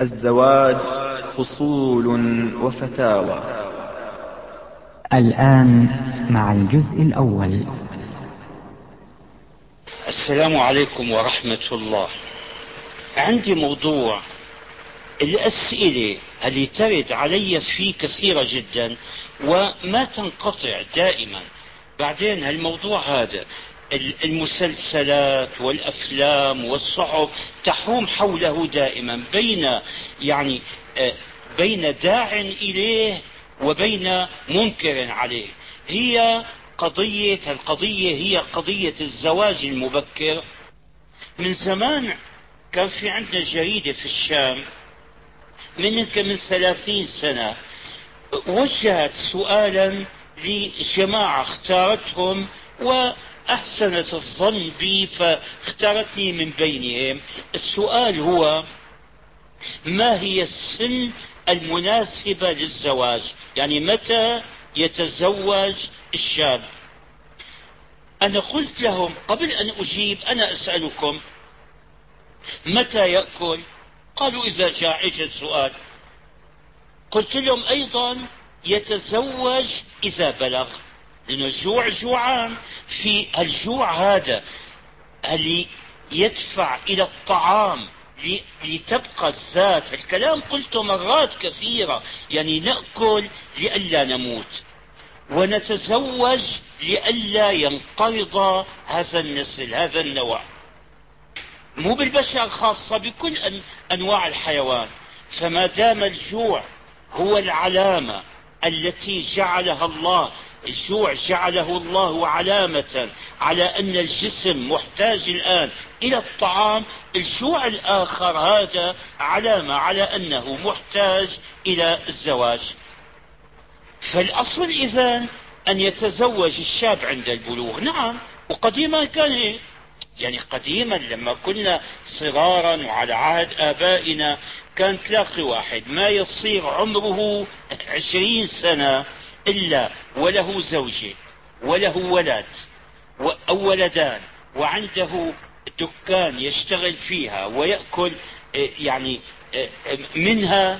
الزواج فصول وفتاوى. الآن مع الجزء الأول. السلام عليكم ورحمة الله. عندي موضوع الأسئلة اللي ترد علي فيه كثيرة جدا وما تنقطع دائما. بعدين الموضوع هذا المسلسلات والأفلام والصحف تحوم حوله دائما يعني بين داع إليه وبين منكر عليه. القضية هي قضية الزواج المبكر. من زمان كان في عندنا جريدة في الشام من 30 سنة وجهت سؤالا لجماعة اختارتهم وأحسنت الظن بي فاختارتني من بينهم. السؤال هو: ما هي السن المناسبة للزواج؟ يعني متى يتزوج الشاب؟ أنا قلت لهم قبل أن أجيب أنا أسألكم: متى يأكل؟ قالوا إذا جاع. إيش السؤال؟ قلت لهم أيضا يتزوج إذا بلغ، لأن الجوع جوعان. في الجوع هذا اللي يدفع إلى الطعام لتبقى الذات. الكلام قلته مرات كثيرة، يعني نأكل لئلا نموت ونتزوج لئلا ينقرض هذا النسل، هذا النوع، مو بالبشر خاصة بكل أنواع الحيوان. فما دام الجوع هو العلامة التي جعلها الله، الجوع جعله الله علامة على أن الجسم محتاج الآن إلى الطعام، الجوع الآخر هذا علامة على أنه محتاج إلى الزواج. فالأصل إذن أن يتزوج الشاب عند البلوغ. نعم، وقديما كان هيك. يعني قديما لما كنا صغارا وعلى عهد آبائنا كان تلاقي واحد ما يصير عمره 20 سنة إلا وله زوجة وله ولد أو ولدان وعنده دكان يشتغل فيها ويأكل يعني منها،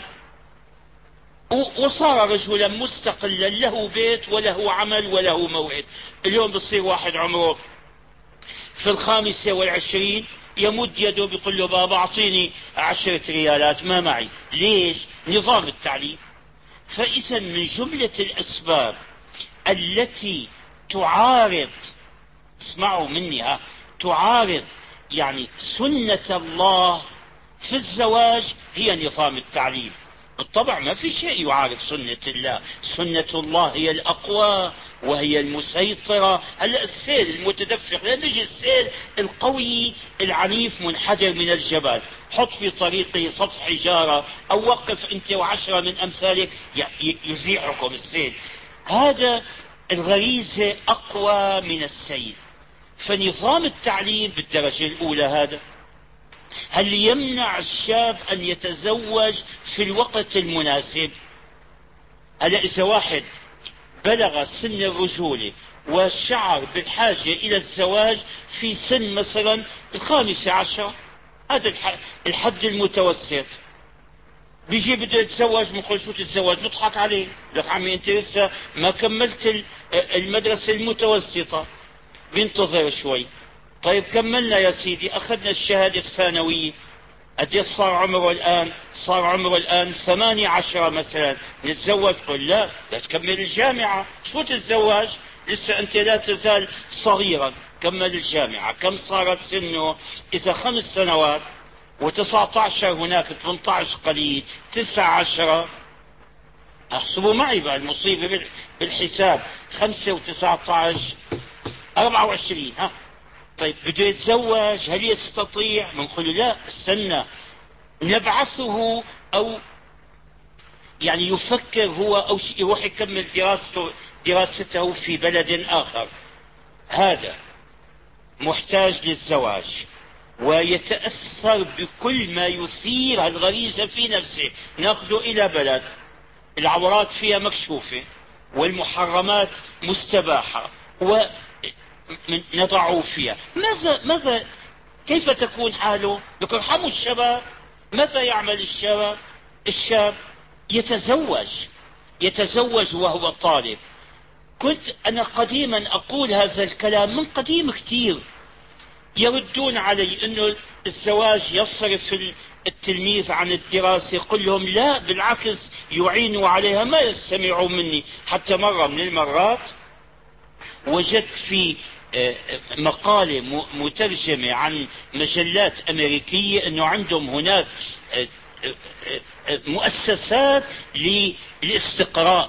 وصار رجلا مستقلا له بيت وله عمل وله موعد. اليوم بصير واحد عمره في 25 يمد يده بيقول له: بابا اعطيني 10 ريالات ما معي. ليش؟ نظام التعليم. فإذا من جملة الأسباب التي تعارض، اسمعوا مني، تعارض يعني سنة الله في الزواج هي نظام التعليم. بالطبع ما في شيء يعارض سنة الله، سنة الله هي الأقوى وهي المسيطرة. هلا السيل المتدفق، لأن يجي السيل القوي العنيف منحدر من الجبل، حط في طريقه سطح حجارة أو وقف أنت و10 من أمثالك يزيحكم السيل. هذا الغريزة أقوى من السيل. فنظام التعليم بالدرجة الأولى هذا هل يمنع الشاب أن يتزوج في الوقت المناسب؟ هلا إذا واحد بلغ سن الرجولة وشعر بالحاجة إلى الزواج في سن مثلا 15، هذا الحد المتوسط، بيجي بده يتزوج، بنقول: شو تتزوج؟ نضحك عليه، لك عمي انت لسه ما كملت المدرسة المتوسطة، بينتظر شوي. طيب كملنا يا سيدي، اخذنا الشهادة الثانوية، قديش صار عمره الآن؟ صار عمره الآن 18 مثلا، نتزوج؟ قل لا تكمل الجامعة. شو تتزوج؟ لسه أنت لا تزال صغيرا، كمل الجامعة. كم صارت سنه؟ إذا 5 سنوات و19 هناك 18 قليل 19، احسبوا معي بقى المصيبة بالحساب، 5 و19 24. طيب بده يتزوج، هل يستطيع؟ بنقول لا استنى، نبعثه او يعني يفكر هو او يروح يكمل دراسته في بلد اخر. هذا محتاج للزواج ويتأثر بكل ما يثير الغريزة في نفسه، ناخذه الى بلد العورات فيها مكشوفة والمحرمات مستباحة ونضعوا فيها. ماذا كيف تكون حاله؟ لك ارحموا الشباب، ماذا يعمل الشاب يتزوج وهو طالب. كنت أنا قديما أقول هذا الكلام من قديم كثير، يردون علي أنه الزواج يصرف التلميذ عن الدراسة. قل لهم لا، بالعكس يعينوا عليها، ما يستمعوا مني. حتى مرة من المرات وجدت في مقالة مترجمة عن مجلات أمريكية أنه عندهم هناك مؤسسات للاستقراء،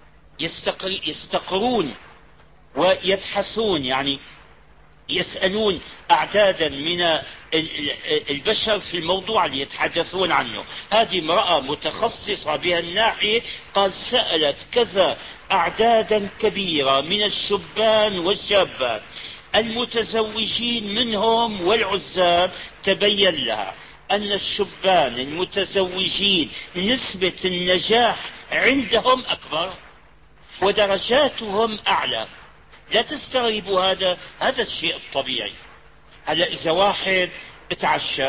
يستقرون ويبحثون، يعني يسألون أعدادا من البشر في الموضوع اللي يتحدثون عنه. هذه امرأة متخصصة بهالناحية، قال سألت كذا أعدادا كبيرة من الشبان والشابات المتزوجين منهم والعزاب، تبين لها أن الشبان المتزوجين نسبة النجاح عندهم أكبر ودرجاتهم أعلى. لا تستغربوا، هذا الشيء الطبيعي. هلا إذا واحد اتعشى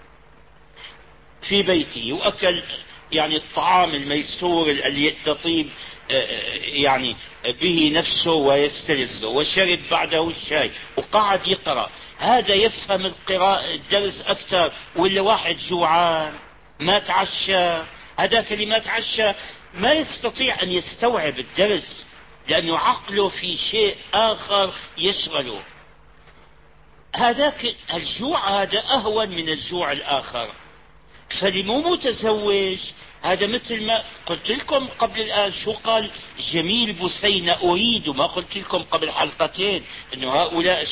في بيته وأكل يعني الطعام الميسور اللي يطيب يعني به نفسه ويستلذه، وشرب بعده الشاي وقعد يقرأ، هذا يفهم الدرس أكثر ولا واحد جوعان ما تعشى؟ هذاك اللي ما تعشى ما يستطيع أن يستوعب الدرس، لأنه عقله في شيء آخر يشغله. هذاك الجوع هذا أهون من الجوع الآخر. فاللي مو متزوج هذا مثل ما قلت لكم قبل الآن، شو قال جميل بسينة؟ أريد، ما قلت لكم قبل حلقتين أنه هؤلاء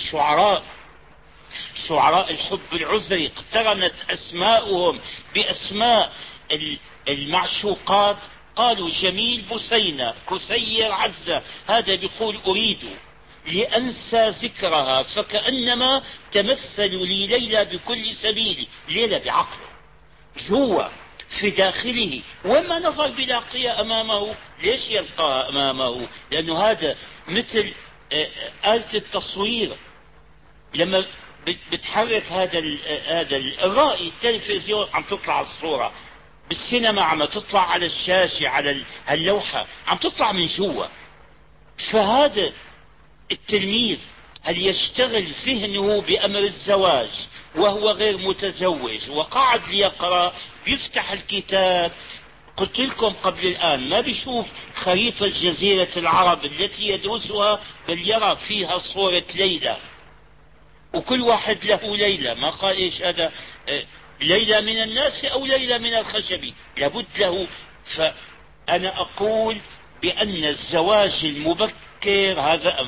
شعراء الحب العذري اقترنت أسماؤهم بأسماء المعشوقات. قالوا جميل بسينة كسير عزة، هذا بيقول أريد لأنسى ذكرها فكأنما تمثل لي ليلى بكل سبيل. ليلى بعقله جوا في داخله، وما نظر بلاقيها أمامه. ليش يلقاها أمامه؟ لأنه هذا مثل آلة التصوير، لما بتحرك هذا الرائي التلفزيون عم تطلع الصورة، بالسينما عم تطلع على الشاشة على اللوحة عم تطلع من جوا. فهذا التلميذ هل يشتغل ذهنه بأمر الزواج وهو غير متزوج وقعد ليقرأ، بيفتح الكتاب، قلت لكم قبل الآن ما بيشوف خريطة جزيرة العرب التي يدرسها، بل يرى فيها صورة ليلى، وكل واحد له ليلى. ما قال ايش هذا ليلى من الناس أو ليلى من الخشب، لابد له. فأنا أقول بأن الزواج المبكر هذا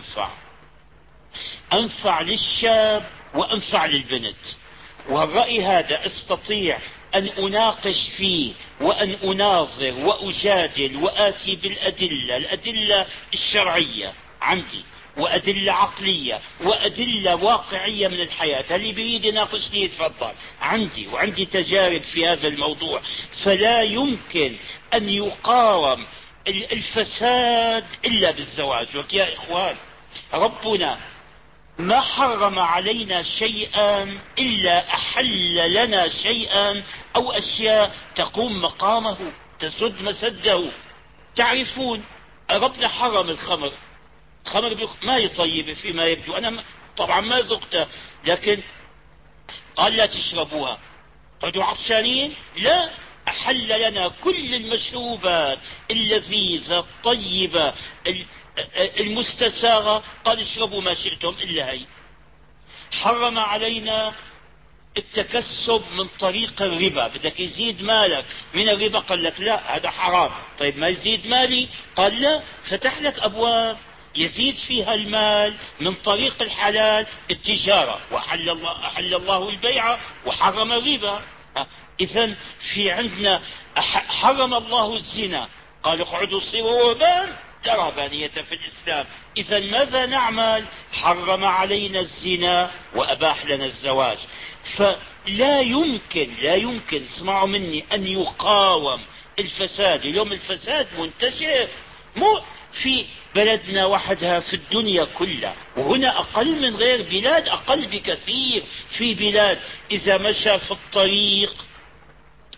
أنفع للشاب وأنفع للبنت. والرأي هذا أستطيع أن أناقش فيه وأن أناظر وأجادل وآتي الأدلة الشرعية عندي، وأدلة عقلية، وأدلة واقعية من الحياة. اللي بيريد يناقشني يتفضل، وعندي تجارب في هذا الموضوع. فلا يمكن أن يقاوم الفساد إلا بالزواج. يا إخوان، ربنا ما حرم علينا شيئا إلا أحل لنا شيئا أو أشياء تقوم مقامه تسد مسده. تعرفون ربنا حرم الخمر ما يطيب فيما يبدو، أنا طبعا ما ذقته، لكن قال لا تشربوها. قعدوا عطشانين؟ لا، أحل لنا كل المشروبات اللذيذة الطيبة المستساغة، قال اشربوا ما شئتم إلا هي. حرم علينا التكسب من طريق الربا، بدك يزيد مالك من الربا، قال لك لا هذا حرام. طيب ما يزيد مالي؟ قال لا، فتح لك أبواب يزيد فيها المال من طريق الحلال، التجارة، أحل الله البيع وحرم الربا. إذن في عندنا حرم الله الزنا، قال اقعدوا صيروا رهبان، لا رهبانية في الإسلام. إذن ماذا نعمل؟ حرم علينا الزنا وأباح لنا الزواج. فلا يمكن اسمعوا مني أن يقاوم الفساد. اليوم الفساد منتشر، مو في بلدنا وحدها، في الدنيا كلها، وهنا أقل من غير بلاد، أقل بكثير. في بلاد إذا مشى في الطريق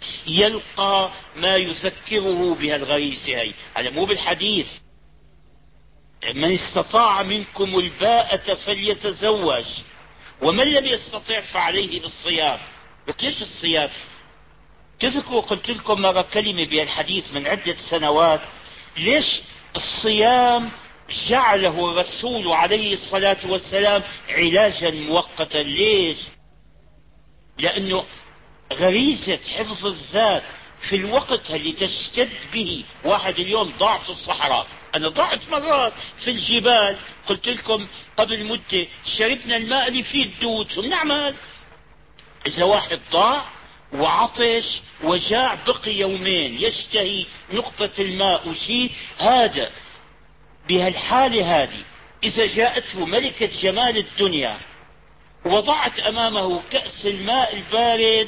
يلقى ما يذكره بها الغريزة هي. هذا مو بالحديث من استطاع منكم الباءة فليتزوج ومن لم يستطع فعليه بالصيام. لك ليش الصيام؟ تذكروا قلت لكم مرة كلمة بالحديث من عدة سنوات، ليش الصيام جعله الرسول عليه الصلاة والسلام علاجا مؤقتا؟ ليش؟ لأنه غريزة حفظ الذات في الوقت اللي تشتد به. واحد اليوم ضاع في الصحراء، أنا ضعت مرات في الجبال، قلت لكم قبل مدة شربنا الماء اللي فيه الدود، شو بنعمل؟ إذا واحد ضاع وعطش وجاع بقي يومين يشتهي نقطة الماء وشيء، هذا بهالحالة هذه إذا جاءته ملكة جمال الدنيا وضعت أمامه كأس الماء البارد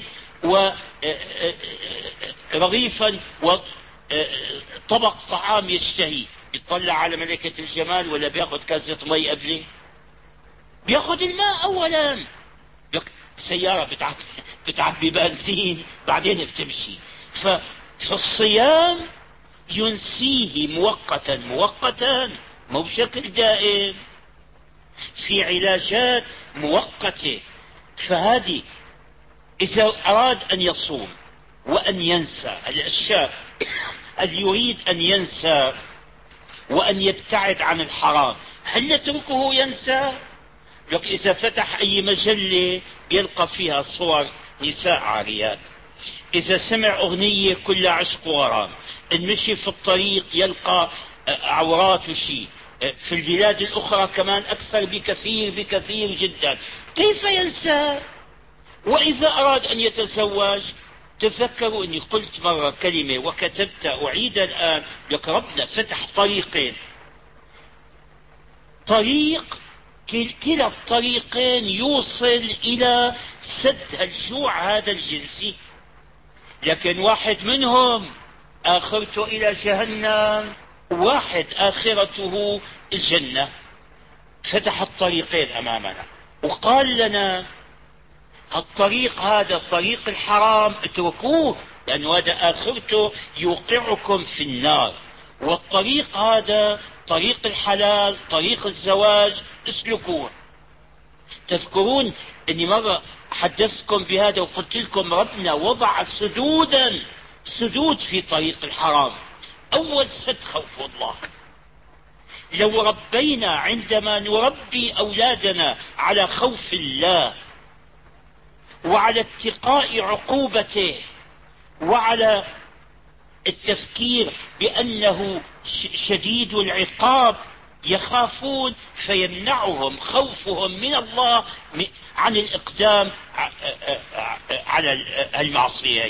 ورغيفا وطبق طعام يشتهي، يطلع على ملكة الجمال ولا بياخذ كاسة مي قبله؟ بياخذ الماء أولا. سيارة بتعبي بنزين بعدين بتمشي. فالصيام ينسيه مؤقتا مو بشكل دائم، في علاجات مؤقتة. فهذه إذا أراد أن يصوم وأن ينسى الأشياء اللي يريد أن ينسى وأن يبتعد عن الحرام، هل نتركه ينسى؟ لك إذا فتح أي مجلة يلقى فيها صور نساء عاريات، إذا سمع أغنية كلها عشق وغرام، المشي في الطريق يلقى عورات وشيء، في البلاد الأخرى كمان أكثر بكثير جدا. كيف ينسى؟ وإذا أراد أن يتزوج، تذكروا أني قلت مرة كلمة وكتبت أعيد الآن، لك ربنا فتح طريقين، طريق كلا الطريقين يوصل إلى سد الجوع هذا الجنسي، لكن واحد منهم آخرته إلى جهنم، واحد آخرته الجنة. فتح الطريقين أمامنا وقال لنا الطريق هذا طريق الحرام اتركوه، لأنه هذا آخرته يوقعكم في النار، والطريق هذا طريق الحلال طريق الزواج اسلكوه. تذكرون اني مرة حدثتكم بهذا وقلت لكم ربنا وضع سدود في طريق الحرام. اول سد خوف الله. لو ربينا عندما نربي اولادنا على خوف الله وعلى اتقاء عقوبته وعلى التفكير بأنه شديد العقاب، يخافون فيمنعهم خوفهم من الله عن الإقدام على المعصية.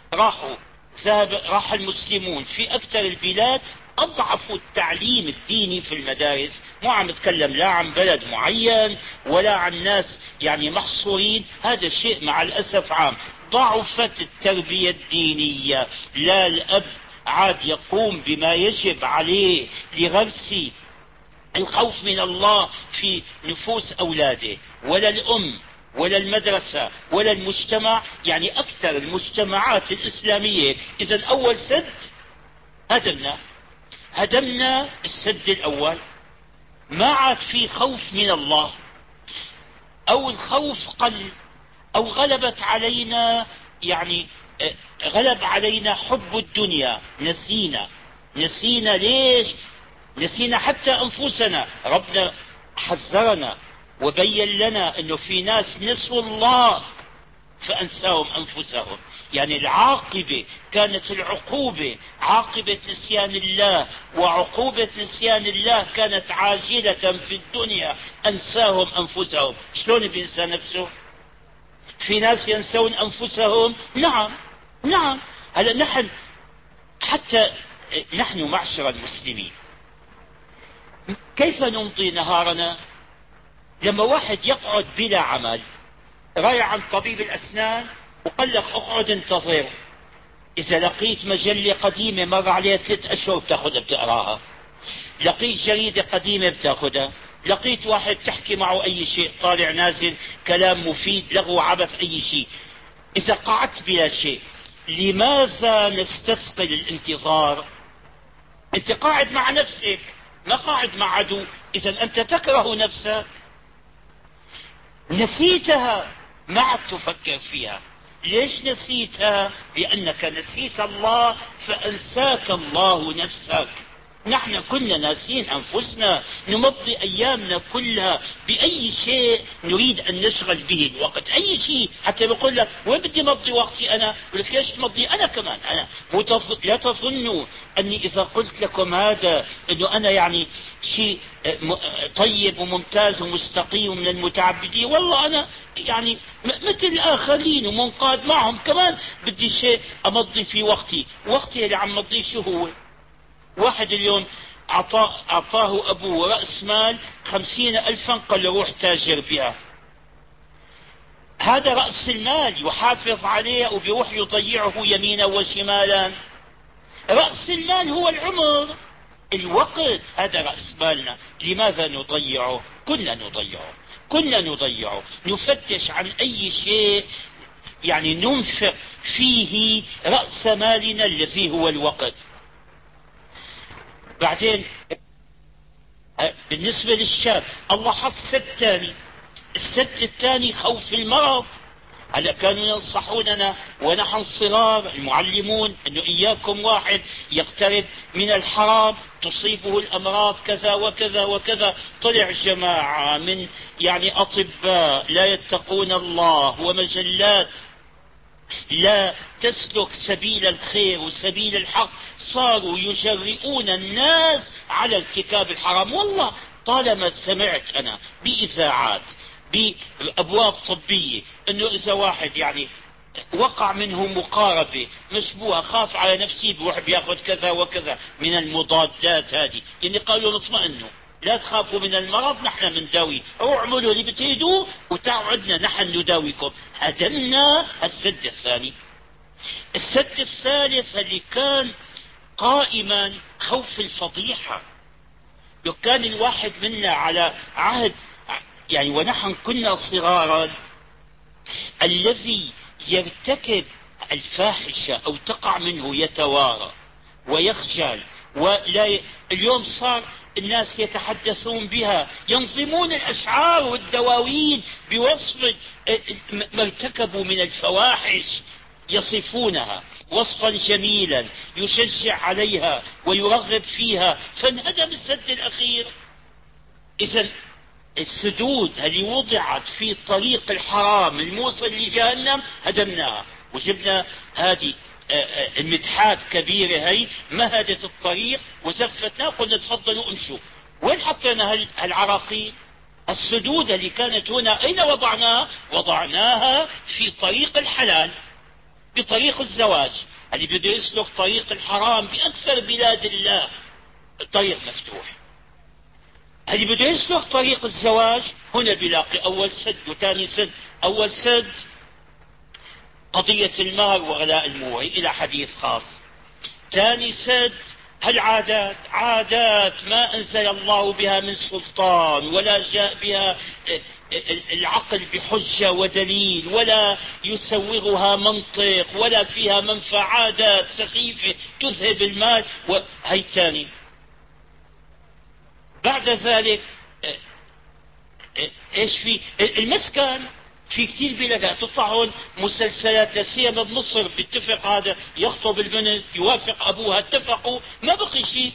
راح المسلمون في أكثر البلاد أضعفوا التعليم الديني في المدارس، مو عم نتكلم لا عن بلد معين ولا عن ناس يعني محصورين، هذا شيء مع الأسف عام. ضعفت التربية الدينية، لا الأب عاد يقوم بما يجب عليه لغرس الخوف من الله في نفوس أولاده، ولا الأم ولا المدرسة ولا المجتمع، يعني أكثر المجتمعات الإسلامية. إذن أول سد هدمنا السد الأول، ما عاد في خوف من الله، أو الخوف قل، أو غلبت علينا يعني غلب علينا حب الدنيا، نسينا ليش؟ نسينا حتى أنفسنا. ربنا حذرنا وبين لنا أنه في ناس نسوا الله فأنساهم أنفسهم، يعني العاقبة كانت العقوبة عاقبة نسيان الله، وعقوبة نسيان الله كانت عاجلة في الدنيا، أنساهم أنفسهم. شلون بينسى نفسه؟ في ناس ينسون أنفسهم. نعم. هلا حتى نحن معشر المسلمين كيف نمضي نهارنا؟ لما واحد يقعد بلا عمل، رايح عن طبيب الأسنان وقال لك اقعد انتظر، إذا لقيت مجلة قديمة مر عليها 3 أشهر بتاخذها بتقراها، لقيت جريدة قديمة بتاخذها، لقيت واحد تحكي معه أي شيء طالع نازل كلام مفيد لغو عبث أي شيء، إذا قعدت بلا شيء لماذا نستثقل الانتظار؟ أنت قاعد مع نفسك، ما قاعد مع عدو، إذا أنت تكره نفسك. نسيتها، ما عاد تفكر فيها. ليش نسيتها؟ لأنك نسيت الله فأنساك الله نفسك. نحن كنا ناسين أنفسنا، نمضي أيامنا كلها بأي شيء نريد أن نشغل به الوقت، أي شيء. حتى بقول لك وين بدي مضي وقتي أنا؟ بقول لك ليش تمضي أنا كمان؟ أنا لا تظنوا أني إذا قلت لكم هذا أنه أنا يعني شيء طيب وممتاز ومستقيم من المتعبدين. والله أنا يعني مثل الآخرين ومنقاد معهم كمان، بدي شيء أمضي في وقتي. وقتي اللي عم مضيه شو هو؟ واحد اليوم أعطاه أبوه رأس مال 50,000، قال له روح تاجر بها. هذا رأس المال يحافظ عليه وبيروح يضيعه يمينا وشمالا. رأس المال هو العمر، الوقت، هذا رأس مالنا. لماذا نضيعه؟ كنا نضيعه. نفتش عن أي شيء يعني ننفق فيه رأس مالنا الذي هو الوقت. بعدين بالنسبة للشاب الله حط سد ثاني. السد الثاني خوف المرض. هلا كانوا ينصحوننا ونحن صغار المعلمون انه اياكم واحد يقترب من الحرام تصيبه الامراض كذا وكذا وكذا. طلع جماعة من يعني اطباء لا يتقون الله ومجلات لا تسلك سبيل الخير وسبيل الحق، صاروا يجرئون الناس على ارتكاب الحرام. والله طالما سمعت أنا بإذاعات بأبواب طبية أنه إذا واحد يعني وقع منه مقاربة مشبوهة، خاف على نفسه، بروح بياخذ كذا وكذا من المضادات هذه، يعني قالوا نطمئنوا لا تخافوا من المرض، نحن منداوي، او اعملوا اللي بتريدوه وتعودنا نحن نداويكم. هدمنا السد الثاني. السد الثالث اللي كان قائما خوف الفضيحة. لو كان الواحد منا على عهد يعني ونحن كنا صغارا، الذي يرتكب الفاحشة او تقع منه يتوارى ويخجل اليوم صار الناس يتحدثون بها، ينظمون الأشعار والدواوين بوصف ما ارتكبوا من الفواحش، يصفونها وصفا جميلا يشجع عليها ويرغب فيها، فانهدم السد الأخير. إذا السدود اللي وضعت في طريق الحرام الموصل لجهنم هدمناها، وجبنا هذه المدحات كبيرة هي مهدت الطريق وزفتنا، قلنا تفضلوا امشوا. وين حطينا هالعراقيل؟ السدود اللي كانت هنا اين وضعناها؟ وضعناها في طريق الحلال، بطريق الزواج. اللي بده يسلك طريق الحرام بأكثر بلاد الله الطريق مفتوح. اللي بده يسلك طريق الزواج هنا بيلاقي أول سد وثاني سد. أول سد قضية المهر وغلاء الموعي إلى حديث خاص. ثاني سد هالعادات، عادات ما أنزل الله بها من سلطان ولا جاء بها العقل بحجة ودليل ولا يسوغها منطق ولا فيها منفعة، عادات سخيفة تذهب المال. وهي الثاني. بعد ذلك ايش في المسكن؟ في كثير بلادات تطلع هون مسلسلات لا سيما بمصر، بيتفق هذا يخطب البنت يوافق ابوها، اتفقوا ما بقي شيء،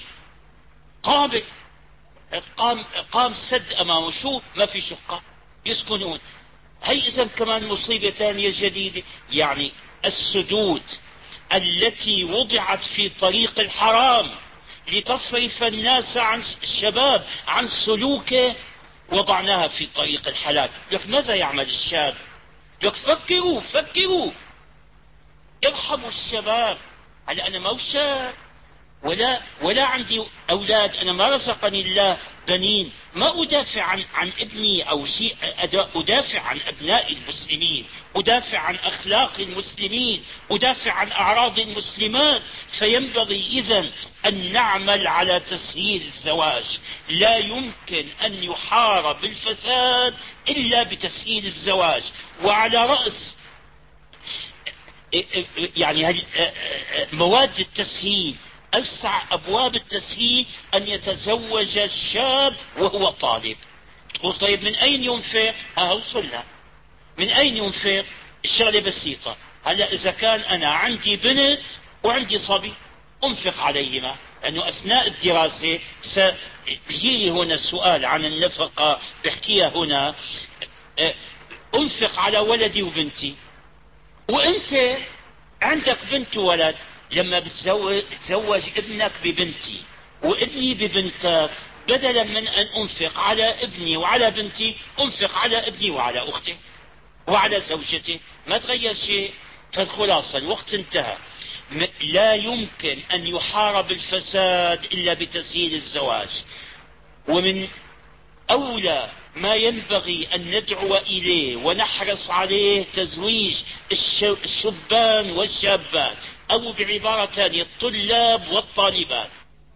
قام سد امامه، شو ما في شقة يسكنون. هي اذا كمان مصيبة ثانية جديدة. يعني السدود التي وضعت في طريق الحرام لتصرف الناس عن الشباب عن سلوكه وضعناها في طريق الحلال. لك ماذا يعمل الشاب؟ لك فكروا ارحموا الشباب. هل انا مو شاب ولا عندي اولاد، انا ما رزقني الله بنين، ما ادافع عن ابني او شيء، ادافع عن ابناء المسلمين، ادافع عن اخلاق المسلمين، ادافع عن اعراض المسلمات. فينبغي اذن ان نعمل على تسهيل الزواج. لا يمكن ان يحارب الفساد الا بتسهيل الزواج. وعلى رأس يعني مواد التسهيل، أوسع أبواب التسهيل أن يتزوج الشاب وهو طالب. تقول طيب من أين ينفق؟ وصلنا. من أين ينفق؟ الشغلة بسيطة. هلا إذا كان أنا عندي بنت وعندي صبي أنفق عليهما، لأنه أثناء الدراسة سيجيلي هنا السؤال عن النفقة بحكيها هنا. أنفق على ولدي وبنتي، وأنت عندك بنت وولد، لما بتزوج ابنك ببنتي وابني ببنتك، بدلا من أن أنفق على ابني وعلى بنتي أنفق على ابني وعلى أختي وعلى زوجتي، ما تغير شيء. فالخلاصة الوقت انتهى. لا يمكن أن يحارب الفساد إلا بتسهيل الزواج، ومن أولى ما ينبغي أن ندعو إليه ونحرص عليه تزويج الشبان والشابات، أو بعبارة ثانية الطلاب والطالبات.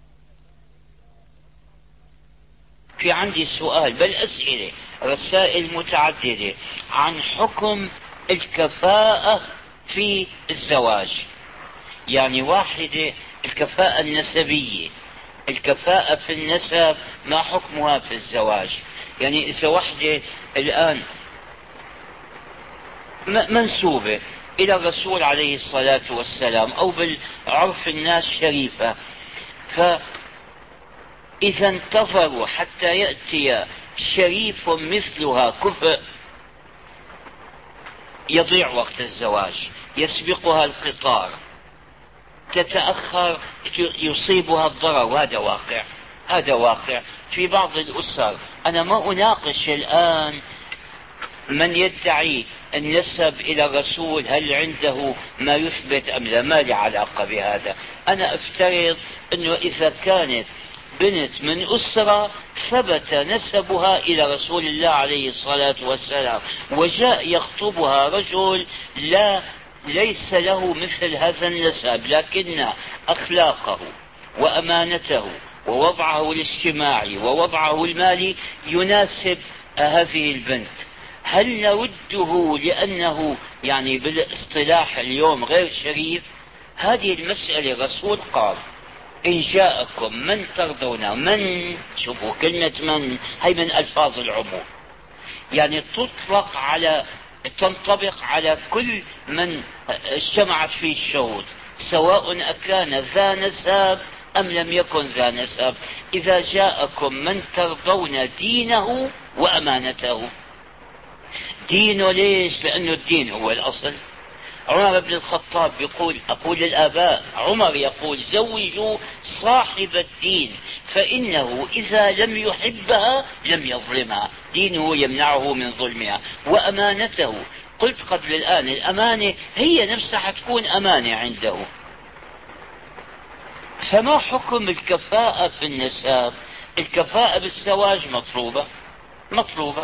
في عندي سؤال بل أسئلة رسائل متعددة عن حكم الكفاءة في الزواج. يعني واحدة الكفاءة النسبية، الكفاءة في النسب ما حكمها في الزواج؟ يعني إذا واحدة الآن منسوبة إلى الرسول عليه الصلاة والسلام أو بالعرف الناس شريفة، فإذا انتظروا حتى يأتي شريف مثلها كفء يضيع وقت الزواج، يسبقها القطار، تتأخر، يصيبها الضرر. وهذا واقع، هذا واقع في بعض الأسر. أنا ما أناقش الآن من يدعي النسب إلى الرسول هل عنده ما يثبت أم لا، ما لي علاقة بهذا. أنا أفترض أنه إذا كانت بنت من أسرة ثبت نسبها إلى رسول الله عليه الصلاة والسلام، وجاء يخطبها رجل ليس له مثل هذا النسب، لكن أخلاقه وأمانته ووضعه الاجتماعي ووضعه المالي يناسب هذه البنت، هل نرده لأنه يعني بالاصطلاح اليوم غير شريف؟ هذه المسألة الرسول قال إن جاءكم من ترضون، من، شوفوا كلمة من هي من ألفاظ العموم، يعني تطلق على، تنطبق على كل من اجتمعت فيه الشهود، سواء أكان ذا نسب أم لم يكن ذا نسب. إذا جاءكم من ترضون دينه وأمانته. دينه ليش؟ لأنه الدين هو الأصل. عمر بن الخطاب يقول، أقول للآباء، عمر يقول زوجوا صاحب الدين فإنه إذا لم يحبها لم يظلمها، دينه يمنعه من ظلمها. وأمانته، قلت قبل الآن الأمانة هي نفسها حتكون أمانة عنده. فما حكم الكفاءة في النسب؟ الكفاءة بالزواج مطلوبة.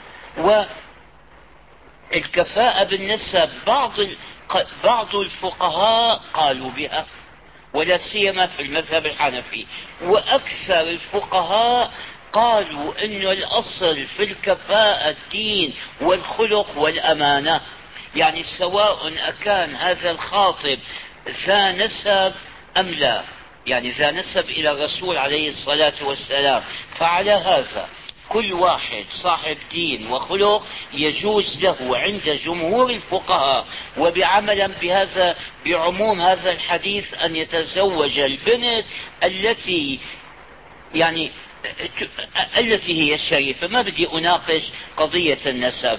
والكفاءة بالنسب بعض الفقهاء قالوا بها، ولا سيما في المذهب الحنفي، وأكثر الفقهاء قالوا إنه الأصل في الكفاءة الدين والخلق والأمانة. يعني سواء أكان هذا الخاطب ذا نسب أم لا، يعني ذا نسب إلى الرسول عليه الصلاة والسلام، فعلى هذا كل واحد صاحب دين وخلق يجوز له عند جمهور الفقهاء وبعملا بهذا بعموم هذا الحديث أن يتزوج البنت التي هي الشريفة. ما بدي أناقش قضية النسب.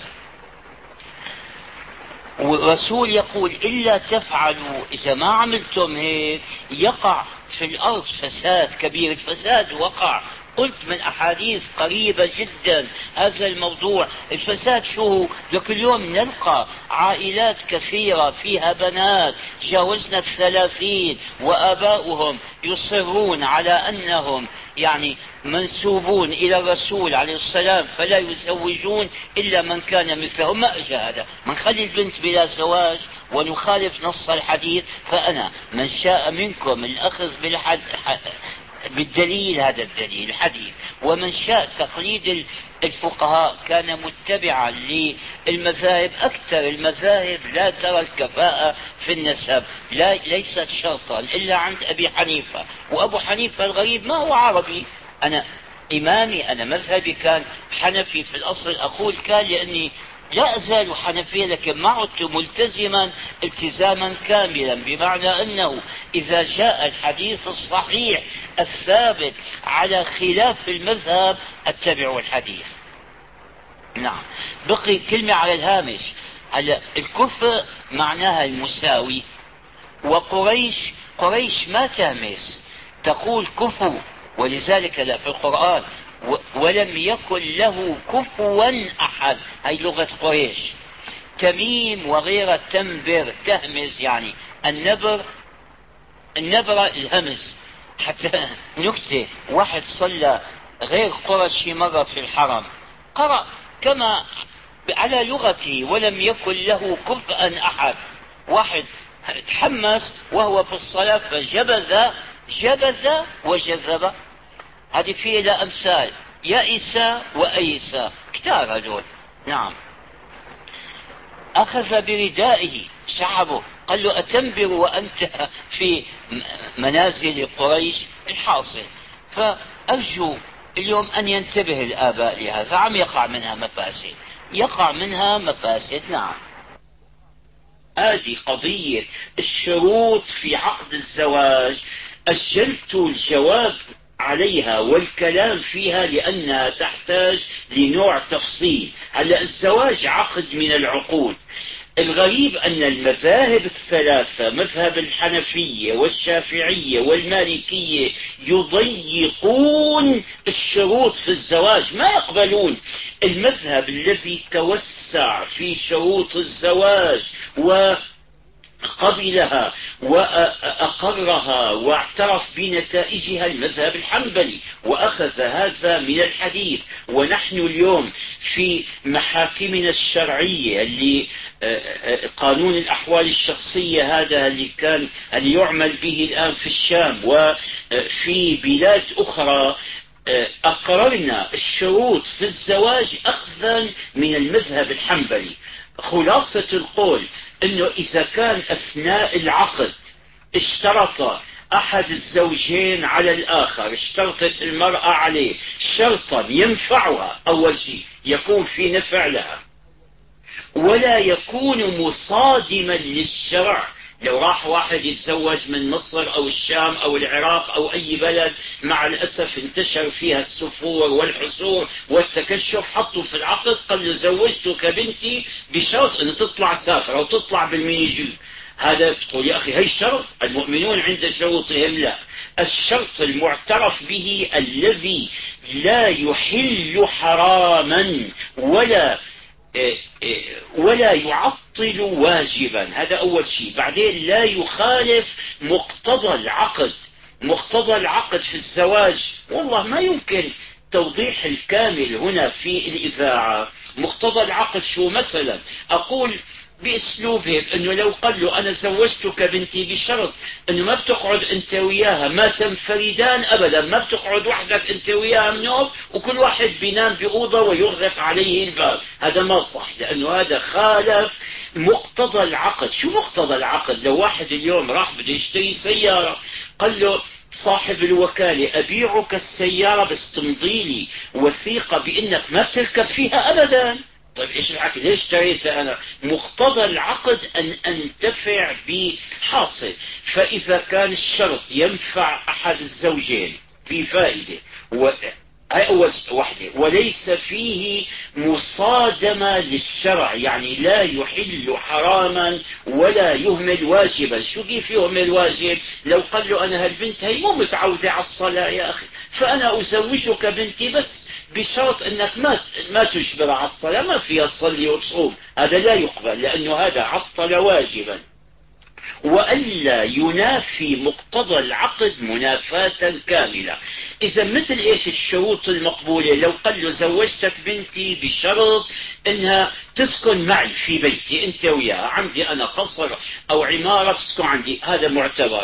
والرسول يقول إلا تفعلوا، إذا ما عملتم هيك يقع في الأرض فساد كبير. الفساد وقع، قلت من أحاديث قريبة جدا هذا الموضوع. الفساد شو؟ لكل يوم نلقى عائلات كثيرة فيها بنات جاوزنا 30 وآباؤهم يصرون على أنهم يعني منسوبون إلى الرسول عليه السلام فلا يزوجون إلا من كان مثلهم. ما أجى هذا، من خلي البنت بلا زواج ونخالف نص الحديث. فأنا من شاء منكم الأخذ بالدليل، هذا الدليل الحديث. ومن شاء تقليد الفقهاء كان متبعا للمذاهب. أكثر المذاهب لا ترى الكفاءة في النسب، ليست شرطا إلا عند أبي حنيفة. وأبو حنيفة الغريب ما هو عربي. أنا إمامي، أنا مذهبي كان حنفي في الأصل، أقول كان لأني لا أزال حنفيا، لكن ما عدت ملتزما التزاما كاملا، بمعنى أنه إذا جاء الحديث الصحيح الثابت على خلاف المذهب أتبع الحديث. نعم. بقي كلمة على الهامش. على الكفء معناها المساوي، قريش ما تهمس، تقول كفو، ولذلك لا في القرآن ولم يكن له كفوا أحد. هي لغة قريش. تميم وغير تنبر، تهمز يعني النبرة الهمز. حتى نكتة، واحد صلى غير قرشي مرة في الحرم، قرأ كما على لغته ولم يكن له كفءا أحد. واحد تحمس وهو في الصلاة فجبز وجذب. هذه فيه لا أمثال، يئس وأيس، كتار هذول. نعم. أخذ بردائه شعبه، قال له أتنبر وأنت في منازل قريش؟ الحاصل. فأرجو اليوم أن ينتبه الآباء لهذا، عم يقع منها مفاسد. نعم. هذه قضية الشروط في عقد الزواج أجلت الجواب عليها والكلام فيها لأنها تحتاج لنوع تفصيل. هلا الزواج عقد من العقود. الغريب أن المذاهب الثلاثة، مذهب الحنفية والشافعية والمالكية، يضيقون الشروط في الزواج، ما يقبلون. المذهب الذي توسع في شروط الزواج وقبلها وأقرها واعترف بنتائجها المذهب الحنبلي، وأخذ هذا من الحديث. ونحن اليوم في محاكمنا الشرعية اللي قانون الأحوال الشخصية هذا اللي يعمل به الآن في الشام وفي بلاد أخرى، أقررنا الشروط في الزواج أخذا من المذهب الحنبلي. خلاصة القول أنه إذا كان أثناء العقد اشترط أحد الزوجين على الآخر، اشترطت المرأة عليه شرطا ينفعها، أول شيء يكون في نفع لها ولا يكون مصادما للشرع. لو راح واحد يتزوج من مصر أو الشام أو العراق أو أي بلد مع الأسف انتشر فيها السفور والحصور والتكشف، حطوا في العقد قال له زوجتك بنتي بشرط أن تطلع سافرة وتطلع بالمينيجي. هذا بتقول يا أخي هي شرط؟ المؤمنون عند شروطهم لا. الشرط المعترف به الذي لا يحل حراما ولا يعطل واجبا، هذا أول شيء. بعدين لا يخالف مقتضى العقد في الزواج. والله ما يمكن توضيح الكامل هنا في الإذاعة. مقتضى العقد شو؟ مثلا أقول بأسلوب هيك أنه لو قال له أنا زوجتك بنتي بشرط أنه ما بتقعد أنت وياها، ما تنفردان أبدا، ما بتقعد وحدك أنت وياها منوم وكل واحد بينام بأوضة ويغلق عليه الباب، هذا ما صح، لأنه هذا خالف مقتضى العقد. شو مقتضى العقد؟ لو واحد اليوم راح بده يشتري سيارة، قال له صاحب الوكالة أبيعك السيارة بس تمضي لي وثيقة بأنك ما بتركب فيها أبدا. طيب ايش الحكي؟ ليش اشتريتها انا؟ مقتضى العقد ان انتفع بحاصل. فاذا كان الشرط ينفع احد الزوجين في فائدة هاي اول وحدة، وليس فيه مصادمة للشرع، يعني لا يحل حراما ولا يهمل واجبا. شو كيف يهمل واجب؟ لو قال له انا هالبنت هي مو متعودة على الصلاة يا اخي، فانا ازوجك بنتي بس بشرط انك ما تجبر على الصلاة، ما فيها تصلي وتصوم، هذا لا يقبل لانه هذا عطل واجبا. وألا ينافي مقتضى العقد منافاة كاملة. إذا مثل إيش الشروط المقبولة؟ لو قال له زوجتك بنتي بشرط إنها تسكن معي في بيتي أنت وياها، عندي أنا قصر أو عمارة بسكن عندي، هذا معتبر.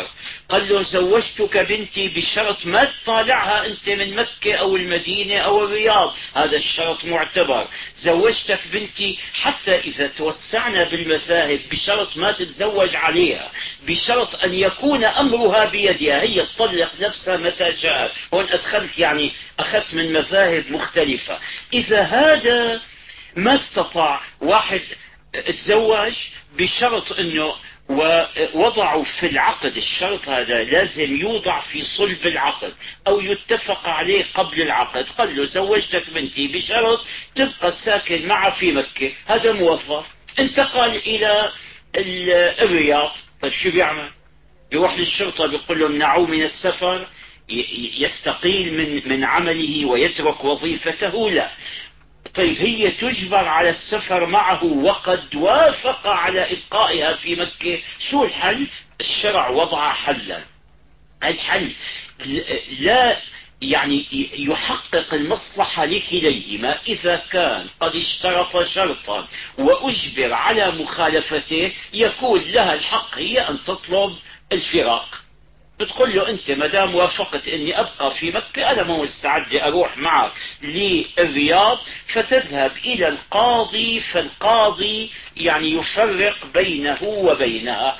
قال له زوجتك بنتي بشرط ما تطالعها أنت من مكة أو المدينة أو الرياض، هذا الشرط معتبر. زوجتك بنتي حتى إذا توسعنا بالمذاهب بشرط ما تتزوج عليها، بشرط أن يكون أمرها بيدها، هي تطلق نفسها متى شاءت. هون أدخلت يعني أخذت من مذاهب مختلفة. إذا هذا ما استطاع واحد تزوج بشرط أنه ووضعوا في العقد، الشرط هذا لازم يوضع في صلب العقد أو يتفق عليه قبل العقد. قال له زوجتك بنتي بشرط تبقى الساكن معها في مكة، هذا موظف. انتقل إلى الرياض، طيب شو بيعمل؟ بيروح للشرطة بيقول له امنعوه من السفر، يستقيل من عمله ويترك وظيفته؟ لا. طيب هي تجبر على السفر معه وقد وافق على إبقائها في مكة، شو الحل؟ الشرع وضع حلا. الحل لا يعني يحقق المصلحة لكليهما. إذا كان قد اشترط شرطا وأجبر على مخالفته، يكون لها الحق هي أن تطلب الفراق. بتقول له أنت مدام وافقت أني أبقى في مكة، أنا مو مستعد أروح معك للرياض، فتذهب إلى القاضي، فالقاضي يعني يفرق بينه وبينها.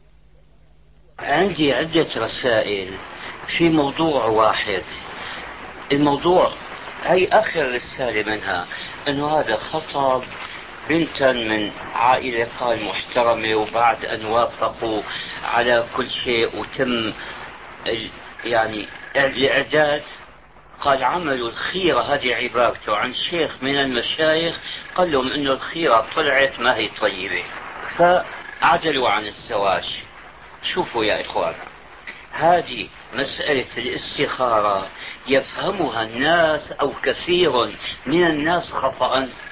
عندي عدة رسائل في موضوع واحد. الموضوع هي آخر رسالة منها أنه هذا خطب بنتا من عائلة قال محترمة، وبعد أن وافقوا على كل شيء وتم يعني الإعداد، قال عملوا الخيرة، هذه عبارته عن شيخ من المشايخ، قال لهم إنه الخيرة طلعت ما هي طيبة، فعدلوا عن الزواج. شوفوا يا إخوان، هذه مسألة الاستخارة يفهمها الناس أو كثير من الناس خطأ.